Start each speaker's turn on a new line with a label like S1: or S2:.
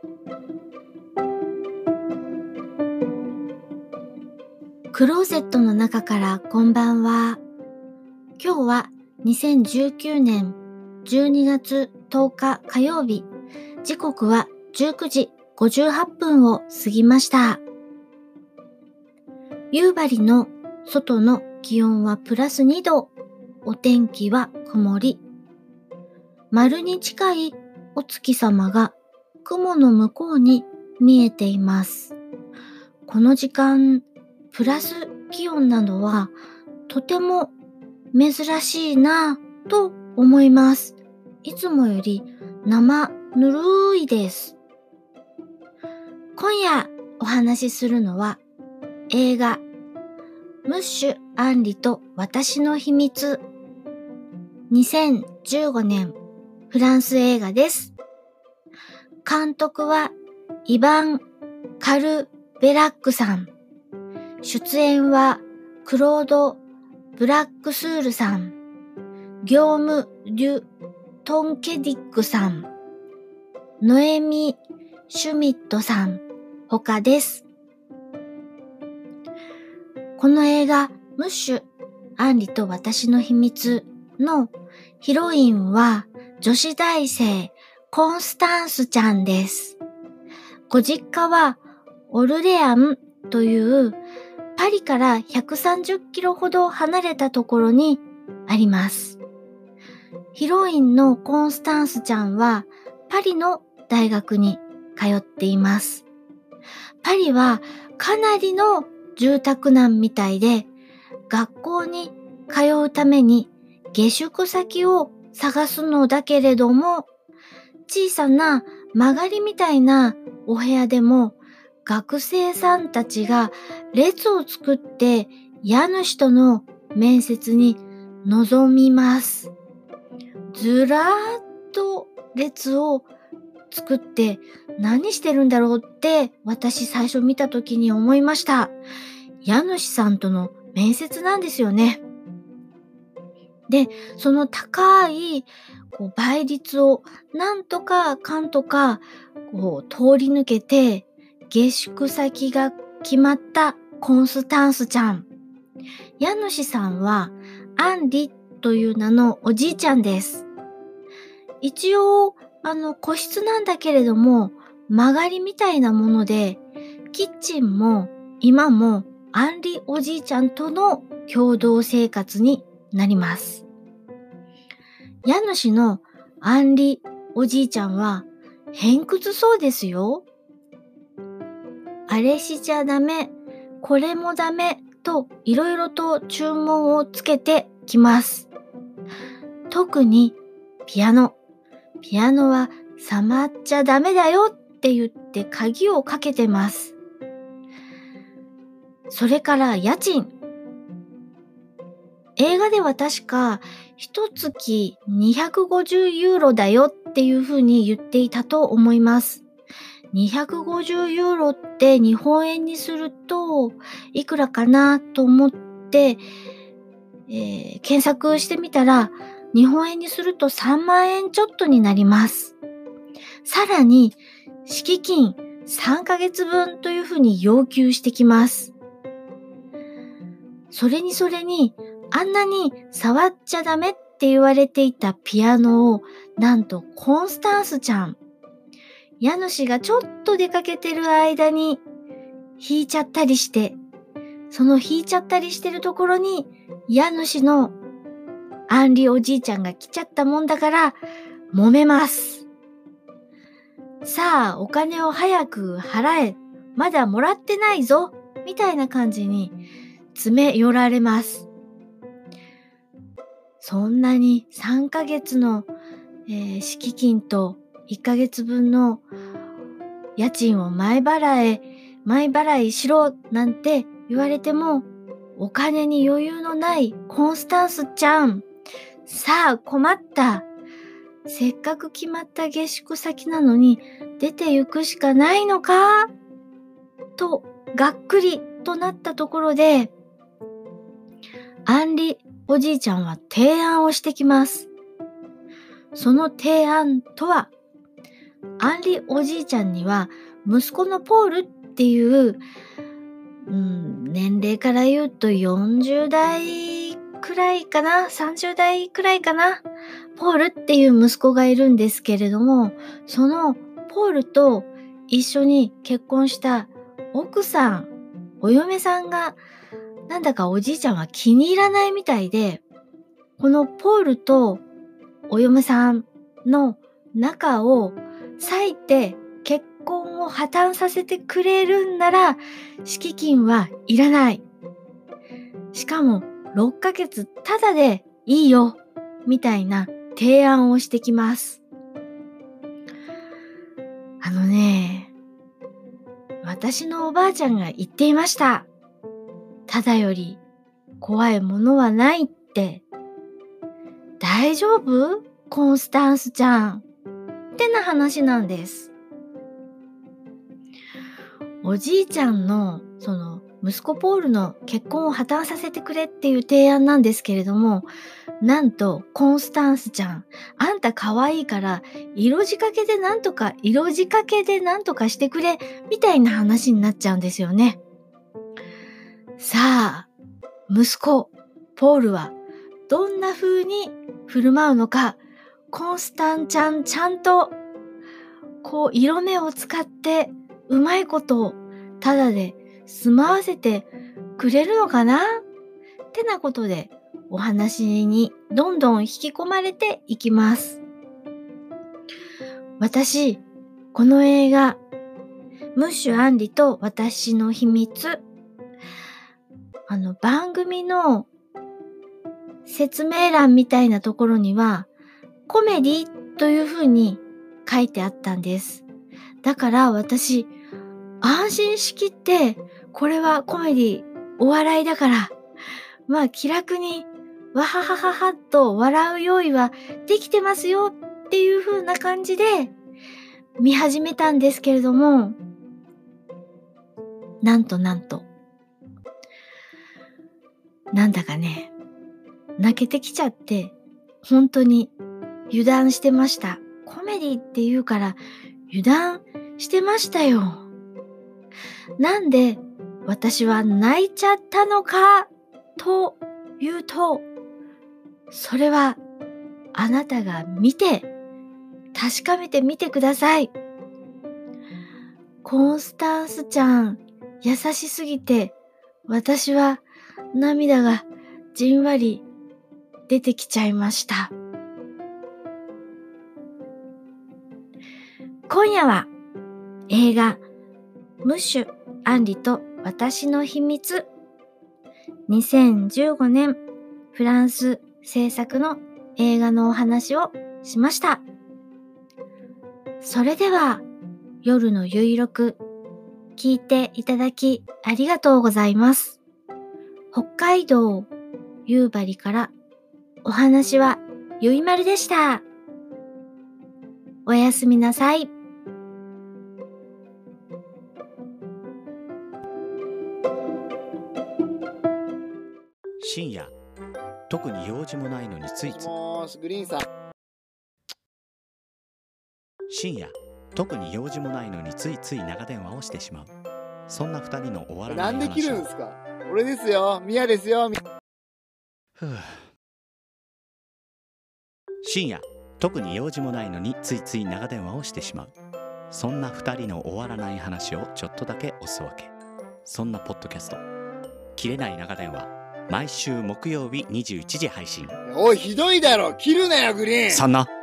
S1: クローゼットの中からこんばんは。今日は2019年12月10日火曜日。時刻は19時58分を過ぎました。夕張の外の気温はプラス2度。お天気は曇り。丸に近いお月様が雲の向こうに見えています。この時間、プラス気温なのはとても珍しいなぁと思います。いつもより生ぬるいです。今夜お話しするのは映画ムッシュ・アンリと私の秘密。2015年フランス映画です。監督はイヴァン・カルベラックさん。出演はクロード・ブラックスールさん、ギョーム・リュ・トンケディックさん、ノエミ・シュミットさん、他です。この映画、ムッシュ・アンリと私の秘密のヒロインは女子大生コンスタンスちゃんです。ご実家はオルレアンというパリから130キロほど離れたところにあります。ヒロインのコンスタンスちゃんはパリの大学に通っています。パリはかなりの住宅難みたいで、学校に通うために下宿先を探すのだけれども、小さな曲がりみたいなお部屋でも学生さんたちが列を作って家主との面接に臨みます。ずらーっと列を作って何してるんだろうって私最初見た時に思いました。家主さんとの面接なんですよね。で、その高い倍率をなんとかかんとか通り抜けて下宿先が決まったコンスタンスちゃん。家主さんはアンリという名のおじいちゃんです。一応個室なんだけれども曲がりみたいなもので、キッチンも今もアンリおじいちゃんとの共同生活になります。家主のアンリおじいちゃんは偏屈そうですよ。あれしちゃダメ、これもダメといろいろと注文をつけてきます。特にピアノ。ピアノは触っちゃダメだよって言って鍵をかけてます。それから家賃。映画では確か一月250ユーロだよっていうふうに言っていたと思います。250ユーロって日本円にするといくらかなと思って、検索してみたら日本円にすると3万円ちょっとになります。さらに敷金3ヶ月分というふうに要求してきます。それにあんなに触っちゃダメって言われていたピアノをなんとコンスタンスちゃん、家主がちょっと出かけてる間に弾いちゃったりして、その弾いちゃったりしてるところに家主のアンリおじいちゃんが来ちゃったもんだから揉めます。さあお金を早く払え、まだもらってないぞみたいな感じに詰め寄られます。そんなに3ヶ月の、敷金と1ヶ月分の家賃を前払いしろなんて言われてもお金に余裕のないコンスタンスちゃん。さあ困った。せっかく決まった下宿先なのに出て行くしかないのかとがっくりとなったところで、アンリおじいちゃんは提案をしてきます。その提案とは、 アンリおじいちゃんには息子のポールっていう、年齢から言うと40代くらいかな、30代くらいかな、ポールっていう息子がいるんですけれども、そのポールと一緒に結婚した奥さん、お嫁さんがなんだかおじいちゃんは気に入らないみたいで、このポールとお嫁さんの仲を裂いて結婚を破綻させてくれるんなら敷金はいらない。しかも6ヶ月ただでいいよみたいな提案をしてきます。私のおばあちゃんが言っていました。ただより怖いものはないって。大丈夫？コンスタンスちゃん。ってな話なんです。おじいちゃんのその息子ポールの結婚を破綻させてくれっていう提案なんですけれども、なんとコンスタンスちゃん、あんた可愛いから色仕掛けでなんとかしてくれみたいな話になっちゃうんですよね。さあ、息子ポールはどんな風に振る舞うのか、コンスタンちゃんちゃんとこう色目を使ってうまいことをただで済まわせてくれるのかなってなことでお話にどんどん引き込まれていきます。私、この映画、ムッシュ・アンリと私の秘密、番組の説明欄みたいなところにはコメディというふうに書いてあったんです。だから私、安心しきって、これはコメディ、お笑いだから、まあ気楽に、わははははっと笑う用意はできてますよっていう風な感じで見始めたんですけれども、なんと、なんだかね、泣けてきちゃって、本当に油断してました。コメディって言うから油断してましたよ。なんで私は泣いちゃったのかというと、それはあなたが見て確かめてみてください。コンスタンスちゃん優しすぎて私は涙がじんわり出てきちゃいました。今夜は映画ムッシュ・アンリと私の秘密、2015年フランス制作の映画のお話をしました。それでは夜のゆいろく聞いていただきありがとうございます。北海道夕張からお話はゆいまるでした。おやすみなさい。
S2: 深夜、特に用事もないのについつい深夜、特に用事もないのについつい長電話をしてしまう。そんな二人の終わらない話を。
S3: なんで切るんですか？俺ですよ、ミヤですよ。
S2: 深夜、特に用事もないのについつい長電話をしてしまう。そんな二人の終わらない話をちょっとだけおすわけ。そんなポッドキャスト、切れない長電話、毎週木曜日21時配信。
S3: おい、ひどいだろ、切るなよグリーン。
S2: そんな